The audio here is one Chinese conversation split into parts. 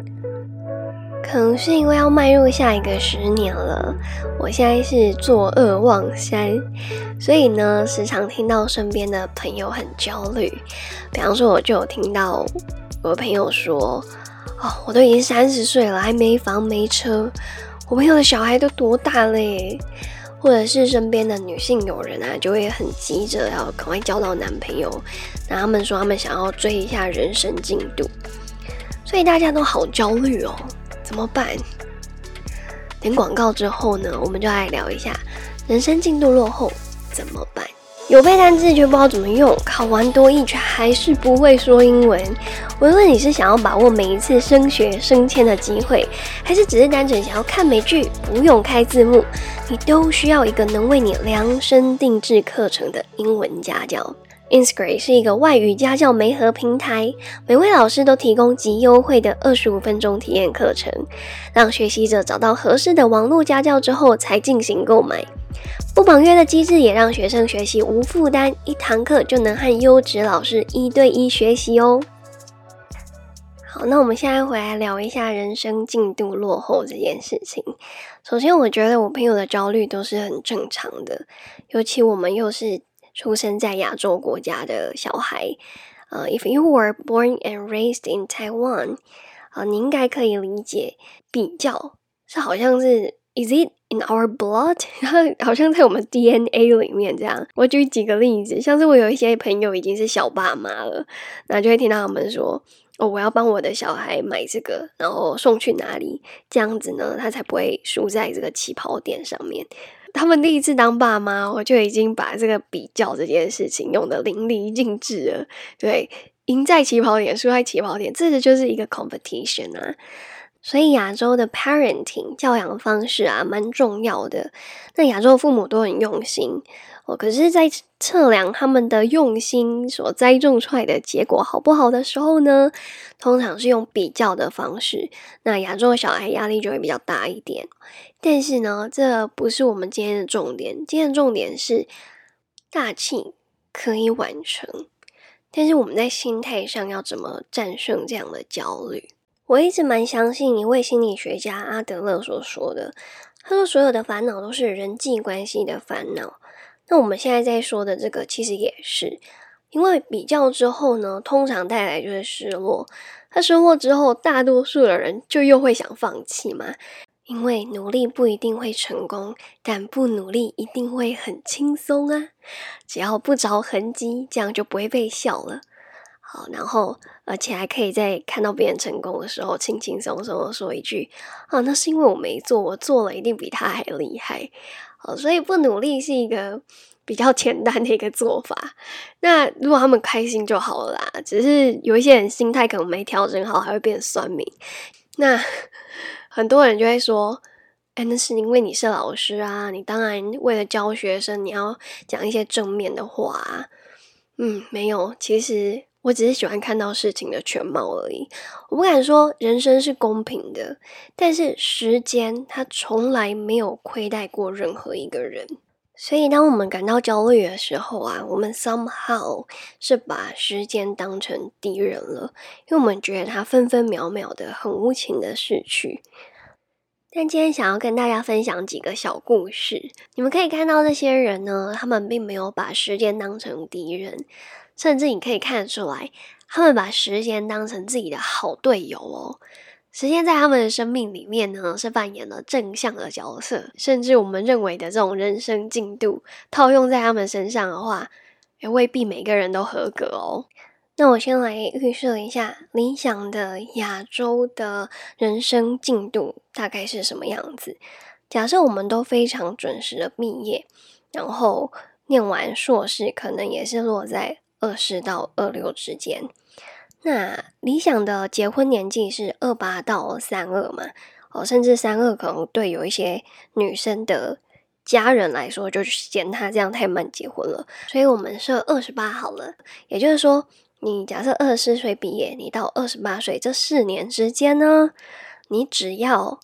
可能是因为要迈入下一个10年了，我现在是坐2望3，所以呢，时常听到身边的朋友很焦虑。比方说，我就有听到我的朋友说，我都已经30岁了，还没房没车，我朋友的小孩都多大了耶。或者是身边的女性友人啊，就会很急着要赶快交到男朋友，然后他们说他们想要追一下人生进度，所以大家都好焦虑哦，怎么办？等广告之后呢，我们就来聊一下人生进度落后怎么办。有背单字却不知道怎么用，考完多益却还是不会说英文。无论你是想要把握每一次升学升迁的机会，还是只是单纯想要看美剧不用开字幕，你都需要一个能为你量身定制课程的英文家教。Inscrate 是一个外语家教媒合平台，每位老师都提供极优惠的25分钟体验课程，让学习者找到合适的网络家教之后才进行购买。不绑约的机制也让学生学习无负担，一堂课就能和优质老师1对1学习哦。好，那我们现在回来聊一下人生进度落后这件事情。首先，我觉得我朋友的焦虑都是很正常的，尤其我们又是出生在亚洲国家的小孩。If you were born and raised in Taiwan，你应该可以理解比较是好像是 Is it in our blood？ 好像在我们 DNA 里面这样。我举几个例子，像是我有一些朋友已经是小爸妈了，那就会听到他们说，我要帮我的小孩买这个，然后送去哪里，这样子呢，他才不会输在这个起跑点上面。他们第一次当爸妈，我就已经把这个比较这件事情用得淋漓尽致了。对，赢在起跑点，输在起跑点，这个就是一个 competition 啊。所以亚洲的 parenting 教养方式啊，蛮重要的。那亚洲父母都很用心，可是在测量他们的用心所栽种出来的结果好不好的时候呢，通常是用比较的方式。那亚洲的小孩压力就会比较大一点。但是呢，这不是我们今天的重点。今天的重点是大器可以晚成，但是我们在心态上要怎么战胜这样的焦虑？我一直蛮相信一位心理学家阿德勒所说的，他说所有的烦恼都是人际关系的烦恼。那我们现在在说的这个其实也是，因为比较之后呢，通常带来就是失落。他失落之后，大多数的人就又会想放弃嘛，因为努力不一定会成功，但不努力一定会很轻松啊。只要不着痕迹，这样就不会被笑了。好，然后而且还可以在看到别人成功的时候轻轻松松的说一句，那是因为我没做，我做了一定比他还厉害。好，所以不努力是一个比较简单的一个做法。那如果他们开心就好了啦，只是有一些人心态可能没调整好，还会变酸民。那很多人就会说，那是因为你是老师啊，你当然为了教学生你要讲一些正面的话啊。没有，其实我只是喜欢看到事情的全貌而已。我不敢说人生是公平的，但是时间它从来没有亏待过任何一个人。所以当我们感到焦虑的时候啊，我们 somehow 是把时间当成敌人了，因为我们觉得它分分秒秒的很无情的逝去。但今天想要跟大家分享几个小故事，你们可以看到这些人呢，他们并没有把时间当成敌人，甚至你可以看得出来，他们把时间当成自己的好队友哦。时间在他们的生命里面呢，是扮演了正向的角色，甚至我们认为的这种人生进度，套用在他们身上的话，也未必每个人都合格哦。那我先来预设一下理想的亚洲的人生进度大概是什么样子。假设我们都非常准时的毕业，然后念完硕士可能也是落在20到26之间。那理想的结婚年纪是28到32嘛，甚至32可能对有一些女生的家人来说就嫌她这样太慢结婚了，所以我们设28好了。也就是说，你假设24岁毕业，你到28岁这4年之间呢，你只要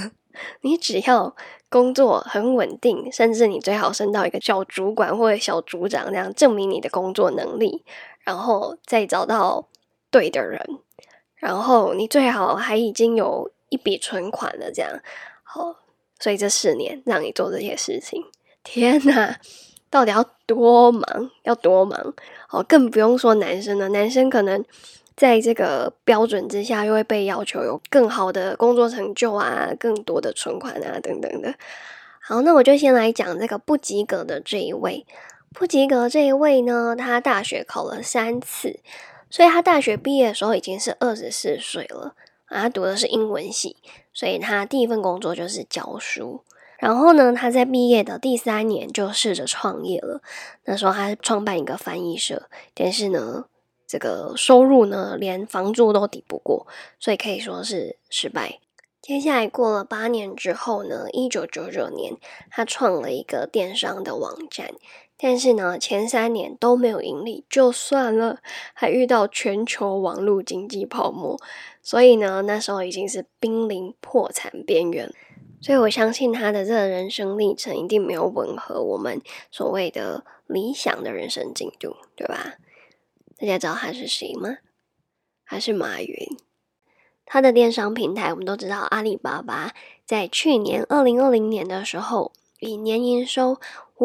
工作很稳定，甚至你最好升到一个小主管或者小组长，这样证明你的工作能力，然后再找到对的人， 然后你最好还已经有一笔存款了，这样好，所以这4年让你做这些事情，天哪，到底要多忙？更不用说男生了，男生可能在这个标准之下，又会被要求有更好的工作成就啊，更多的存款啊，等等的。好，那我就先来讲这个不及格的这一位。不及格这一位呢，他大学考了3次，所以他大学毕业的时候已经是24岁了。他读的是英文系，所以他第一份工作就是教书。然后呢，他在毕业的第3年就试着创业了。那时候他创办一个翻译社，但是呢，这个收入呢连房租都抵不过，所以可以说是失败。接下来过了8年之后呢，1999年他创了一个电商的网站，但是呢前3年都没有盈利就算了，还遇到全球网络经济泡沫，所以呢那时候已经是濒临破产边缘。所以我相信他的这个人生历程一定没有吻合我们所谓的理想的人生进度，对吧？大家知道他是谁吗？他是马云。他的电商平台我们都知道，阿里巴巴在去年2020年的时候，以年营收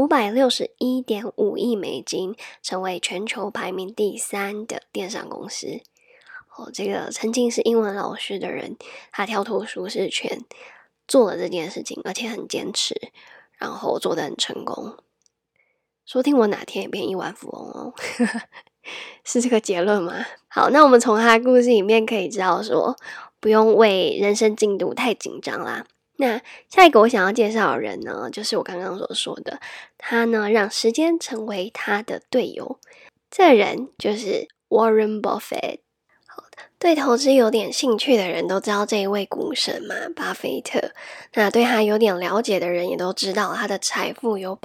561.5亿美金，成为全球排名第3的电商公司。这个曾经是英文老师的人，他跳脱舒适圈，做了这件事情，而且很坚持，然后做得很成功。说听我哪天也变亿万富翁哦。是这个结论吗？好，那我们从他的故事里面可以知道说，不用为人生进度太紧张啦。那下一个我想要介绍的人呢，就是我刚刚所说的，他呢让时间成为他的队友。这人就是 Warren Buffett。对投资有点兴趣的人都知道这一位股神嘛，巴菲特。那对他有点了解的人也都知道，他的财富有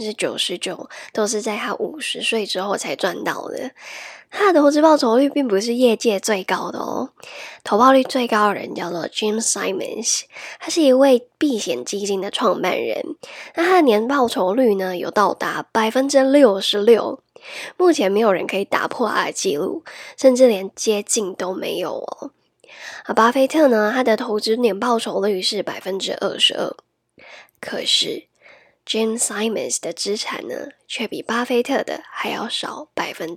99% 都是在他50岁之后才赚到的。他的投资报酬率并不是业界最高的哦，投报率最高的人叫做 Jim Simons， 他是一位避险基金的创办人。那他的年报酬率呢有到达 66%，目前没有人可以打破他的记录，甚至连接近都没有哦。巴菲特呢，他的投资年报酬率是 22%， 可是 Jim Simons 的资产呢，却比巴菲特的还要少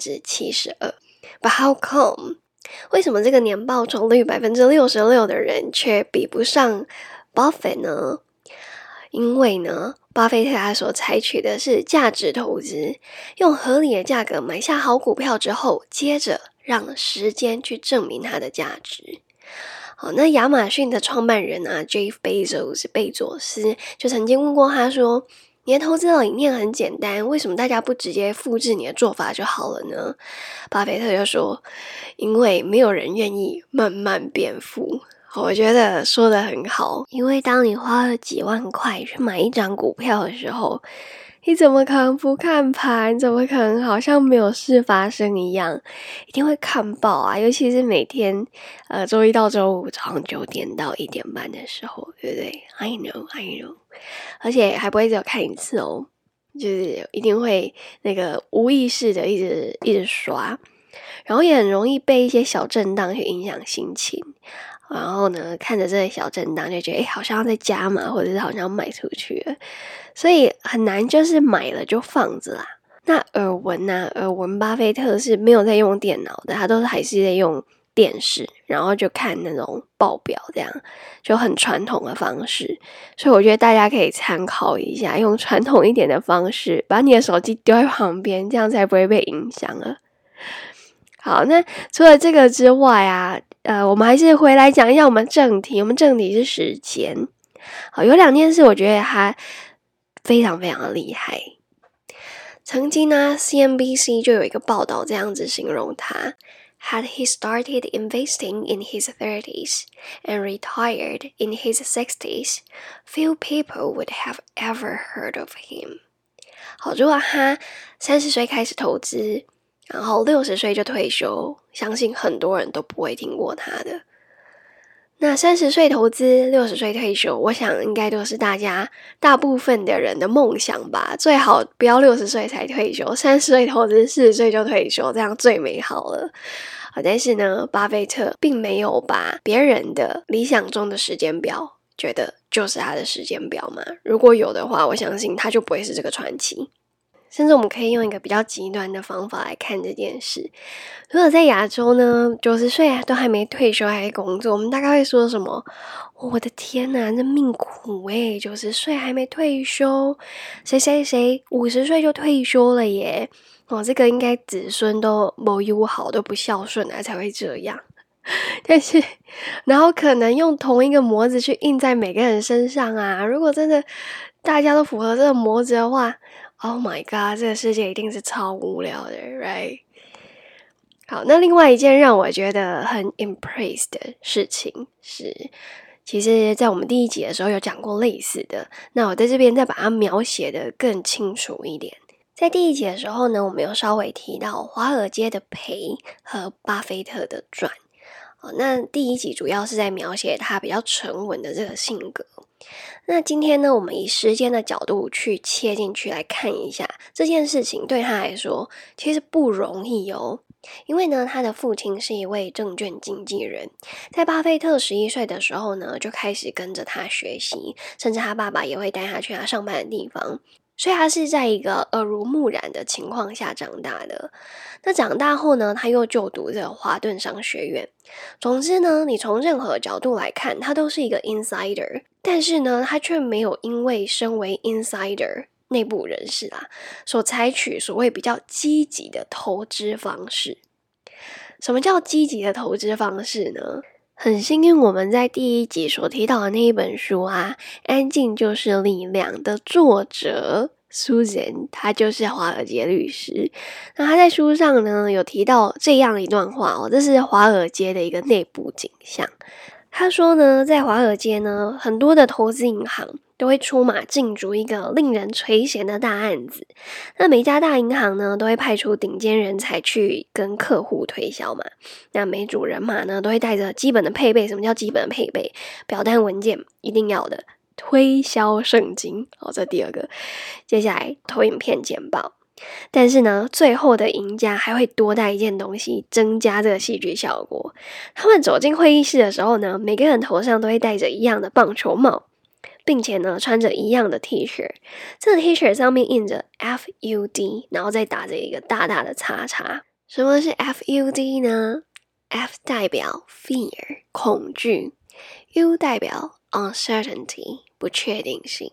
72%。 But how come？ 为什么这个年报酬率 66% 的人却比不上 Buffett 呢？因为呢，巴菲特他所采取的是价值投资，用合理的价格买下好股票之后，接着让时间去证明它的价值。好，那亚马逊的创办人啊 Jeff Bezos 贝佐斯就曾经问过他说，你的投资理念很简单，为什么大家不直接复制你的做法就好了呢？巴菲特就说，因为没有人愿意慢慢变富。我觉得说得很好，因为当你花了几万块去买一张股票的时候，你怎么可能不看盘？怎么可能好像没有事发生一样？一定会看报啊！尤其是每天周一到周五早上9点到1点半的时候，对不对？ I know， 而且还不会只有看一次哦，就是一定会那个无意识的一直刷，然后也很容易被一些小震荡去影响心情。然后呢，看着这些小震荡就觉得好像要再加码，或者是好像要卖出去了，所以很难就是买了就放着啦。那耳闻巴菲特是没有在用电脑的，他都还是在用电视，然后就看那种报表，这样就很传统的方式。所以我觉得大家可以参考一下，用传统一点的方式，把你的手机丢在旁边，这样才不会被影响了。好，那除了这个之外啊，我们还是回来讲一下我们正题。我们正题是时间。好，有2件事我觉得他非常非常的厉害。曾经呢 CNBC 就有一个报道这样子形容他 Had he started investing in his 30s and retired in his 60s, few people would have ever heard of him. 好，如果他30岁开始投资，然后60岁就退休，相信很多人都不会听过他的。那30岁投资，60岁退休，我想应该都是大部分的人的梦想吧。最好不要60岁才退休，30岁投资，40岁就退休，这样最美好了。 但是呢，巴菲特并没有把别人的理想中的时间表觉得就是他的时间表嘛。如果有的话，我相信他就不会是这个传奇。甚至我们可以用一个比较极端的方法来看这件事。如果在亚洲呢，90岁都还没退休还在工作，我们大概会说什么？我的天哪，这命苦90岁还没退休，谁50岁就退休了耶！这个应该子孙都没友好，都不孝顺啊，才会这样。但是，然后可能用同一个模子去印在每个人身上啊。如果真的大家都符合这个模子的话，Oh my god， 这个世界一定是超无聊的 ，right？ 好，那另外一件让我觉得很 impressed 的事情是，其实在我们第1集的时候有讲过类似的，那我在这边再把它描写的更清楚一点。在第1集的时候呢，我们有稍微提到华尔街的赔和巴菲特的赚。那第1集主要是在描写他比较沉稳的这个性格。那今天呢，我们以时间的角度去切进去来看一下这件事情对他来说其实不容易哦。因为呢，他的父亲是一位证券经纪人，在巴菲特11岁的时候呢，就开始跟着他学习，甚至他爸爸也会带他去他上班的地方。所以他是在一个耳濡目染的情况下长大的。那长大后呢，他又就读这个华顿商学院。总之呢，你从任何角度来看，他都是一个 insider。但是呢，他却没有因为身为 insider 内部人士所采取所谓比较积极的投资方式。什么叫积极的投资方式呢？很幸运我们在第1集所提到的那一本书安静就是力量的作者 Susan， 他就是华尔街律师。那他在书上呢有提到这样一段话这是华尔街的一个内部景象。他说呢，在华尔街呢，很多的投资银行都会出马竞逐一个令人垂涎的大案子。那每家大银行呢，都会派出顶尖人才去跟客户推销嘛。那每组人马呢，都会带着基本的配备。什么叫基本的配备？表单文件一定要的，推销圣经这第2个。接下来投影片简报。但是呢，最后的赢家还会多带一件东西，增加这个戏剧效果。他们走进会议室的时候呢，每个人头上都会戴着一样的棒球帽，并且呢，穿着一样的 T 恤。这个 T 恤上面印着 FUD， 然后再打着一个大大的叉叉。什么是 FUD 呢？ F 代表 fear 恐惧， U 代表 uncertainty 不确定性，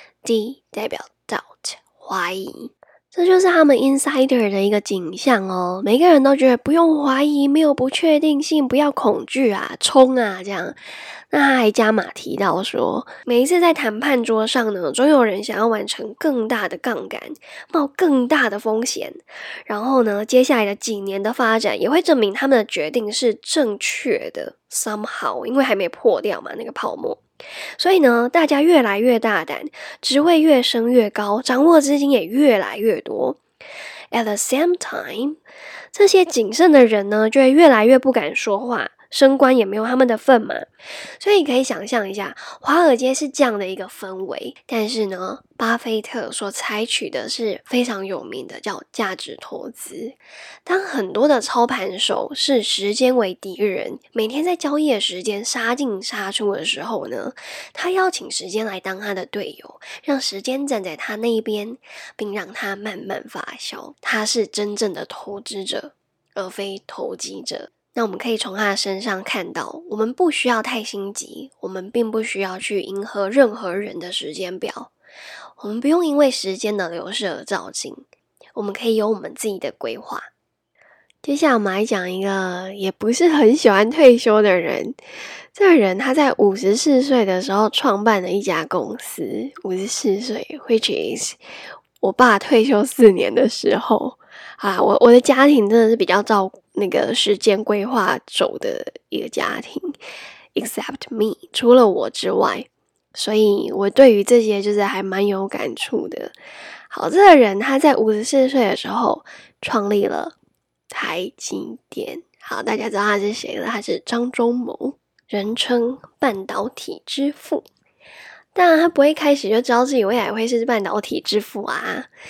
D 代表 doubt 怀疑。这就是他们 insider 的一个景象哦。每个人都觉得不用怀疑，没有不确定性，不要恐惧冲这样。那他还加码提到说，每一次在谈判桌上呢，总有人想要完成更大的杠杆，冒更大的风险。然后呢，接下来的几年的发展也会证明他们的决定是正确的 somehow， 因为还没破掉嘛，那个泡沫。所以呢，大家越来越大胆，职位越升越高，掌握资金也越来越多。At the same time， 这些谨慎的人呢，就会越来越不敢说话，升官也没有他们的份嘛。所以可以想象一下，华尔街是这样的一个氛围。但是呢，巴菲特所采取的是非常有名的叫价值投资。当很多的操盘手视时间为敌人，每天在交易的时间杀进杀出的时候呢，他邀请时间来当他的队友，让时间站在他那一边，并让他慢慢发酵。他是真正的投资者，而非投机者。那我们可以从他的身上看到，我们不需要太心急，我们并不需要去迎合任何人的时间表，我们不用因为时间的流逝而躁进，我们可以有我们自己的规划。接下来我们来讲一个也不是很喜欢退休的人。这个人他在54岁的时候创办了一家公司。54岁 which is 我爸退休4年的时候我的家庭真的是比较照那个时间规划走的一个家庭 except me， 除了我之外，所以我对于这些就是还蛮有感触的。好，这个人他在54岁的时候创立了台积电。好，大家知道他是谁了？他是张忠谋，人称半导体之父。当然他不会开始就知道自己未来会是半导体之父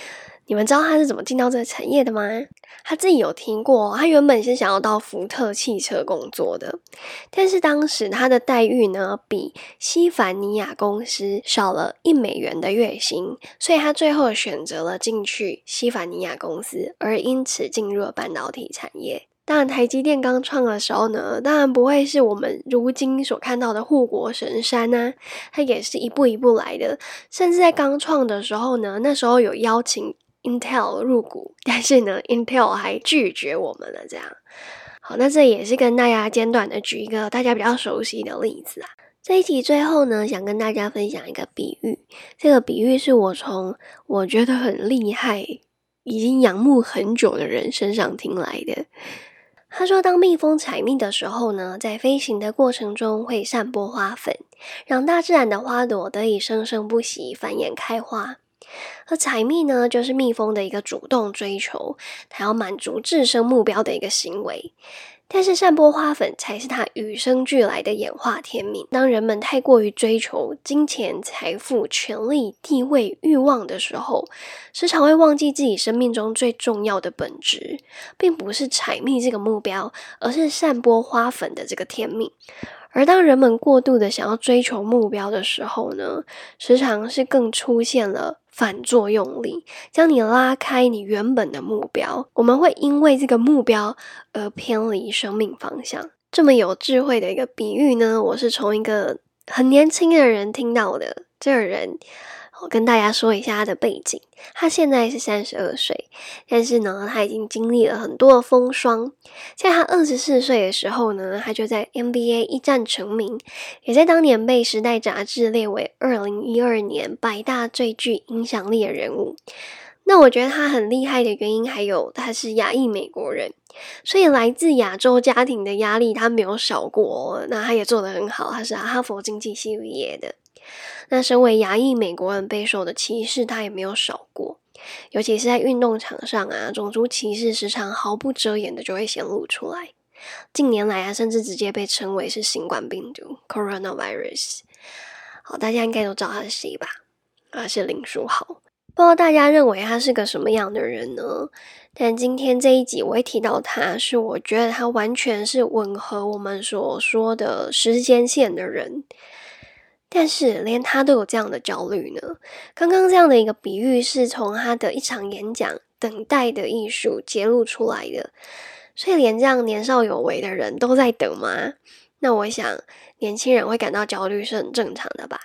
你们知道他是怎么进到这个产业的吗？他自己有听过，他原本是想要到福特汽车工作的，但是当时他的待遇呢，比西凡尼亚公司少了$1的月薪，所以他最后选择了进去西凡尼亚公司，而因此进入了半导体产业。当然台积电刚创的时候呢，当然不会是我们如今所看到的护国神山啊，它也是一步一步来的。甚至在刚创的时候呢，那时候有邀请 Intel 入股，但是呢 Intel 还拒绝我们了这样。好，那这也是跟大家简短的举一个大家比较熟悉的例子啊。这一集最后呢，想跟大家分享一个比喻，这个比喻是我从我觉得很厉害已经仰慕很久的人身上听来的。他说，当蜜蜂采蜜的时候呢，在飞行的过程中会散播花粉，让大自然的花朵得以生生不息，繁衍开花。而采蜜呢，就是蜜蜂的一个主动追求，它要满足自身目标的一个行为。但是散播花粉才是它与生俱来的演化天命。当人们太过于追求金钱、财富、权力、地位、欲望的时候，时常会忘记自己生命中最重要的本质，并不是采蜜这个目标，而是散播花粉的这个天命。而当人们过度的想要追求目标的时候呢，时常是更出现了反作用力，将你拉开你原本的目标。我们会因为这个目标而偏离生命方向。这么有智慧的一个比喻呢，我是从一个很年轻的人听到的。这个人我跟大家说一下他的背景，他现在是32岁，但是呢，他已经经历了很多的风霜。在他24岁的时候呢，他就在 NBA 一战成名，也在当年被《时代》杂志列为2012年100大最具影响力的人物。那我觉得他很厉害的原因，还有他是亚裔美国人，所以来自亚洲家庭的压力他没有少过哦。那他也做得很好，他是哈佛经济系毕业的。那身为亚裔美国人备受的歧视他也没有少过，尤其是在运动场上啊，种族歧视时常毫不遮掩的就会显露出来。近年来啊，甚至直接被称为是新冠病毒 Coronavirus。 好，大家应该都知道他是谁吧？是林书豪。不知道大家认为他是个什么样的人呢？但今天这一集我会提到他，是我觉得他完全是吻合我们所说的时间线的人。但是连他都有这样的焦虑呢？刚刚这样的一个比喻是从他的一场演讲《等待的艺术》揭露出来的，所以连这样年少有为的人都在等吗？那我想年轻人会感到焦虑是很正常的吧。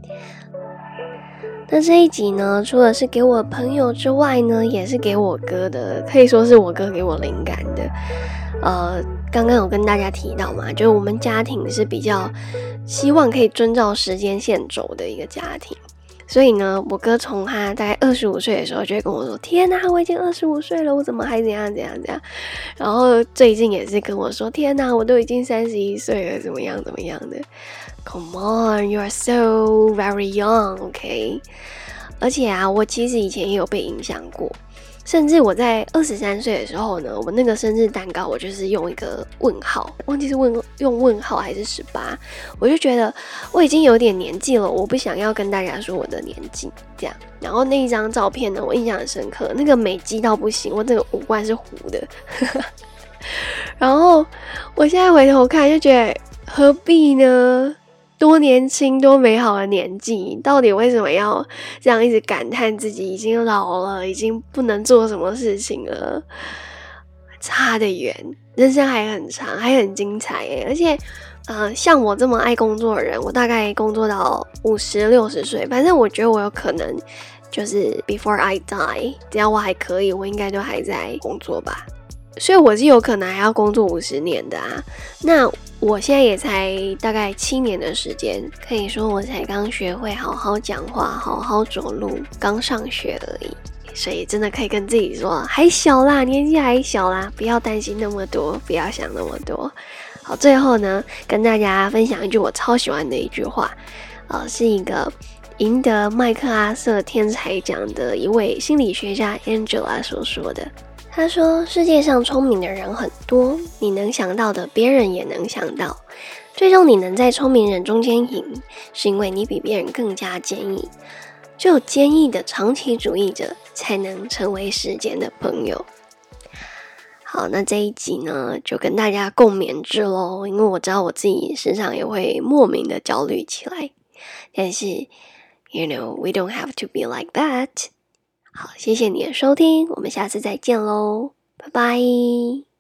那这一集呢，除了是给我朋友之外呢，也是给我哥的，可以说是我哥给我灵感的。刚刚有跟大家提到嘛，就是我们家庭是比较希望可以遵照时间线走的一个家庭，所以呢，我哥从他大概25岁的时候就会跟我说，天哪，我已经25岁了，我怎么还怎样怎样怎样。然后最近也是跟我说，天哪，我都已经31岁了，怎么样怎么样的。Come on, you are so very young, okay? 而且啊，我其实以前也有被影响过，甚至我在23岁的时候呢，我那个生日蛋糕我就是用一个问号，忘记是用问号还是18，我就觉得我已经有点年纪了，我不想要跟大家说我的年纪这样。然后那一张照片呢，我印象很深刻，那个美肌到不行，我整个五官是糊的然后我现在回头看就觉得何必呢？多年轻多美好的年纪，到底为什么要这样一直感叹自己已经老了，已经不能做什么事情了？差得远，人生还很长，还很精彩耶。而且像我这么爱工作的人，我大概工作到50、60岁，反正我觉得我有可能就是 before I die， 只要我还可以，我应该都还在工作吧。所以我是有可能还要工作50年的啊。那我现在也才大概7年的时间，可以说我才刚学会好好讲话，好好走路，刚上学而已。所以真的可以跟自己说，还小啦，年纪还小啦，不要担心那么多，不要想那么多。好，最后呢，跟大家分享一句我超喜欢的一句话，是一个赢得麦克阿瑟天才奖的一位心理学家 Angela 所说的。他说，世界上聪明的人很多，你能想到的别人也能想到，最终你能在聪明人中间赢，是因为你比别人更加坚毅。 只有坚毅的长期主义者才能成为时间的朋友。好，那这一集呢，就跟大家共勉之咯，因为我知道我自己时常也会莫名的焦虑起来，但是 we don't have to be like that。 好，谢谢你的收听，我们下次再见咯，拜拜。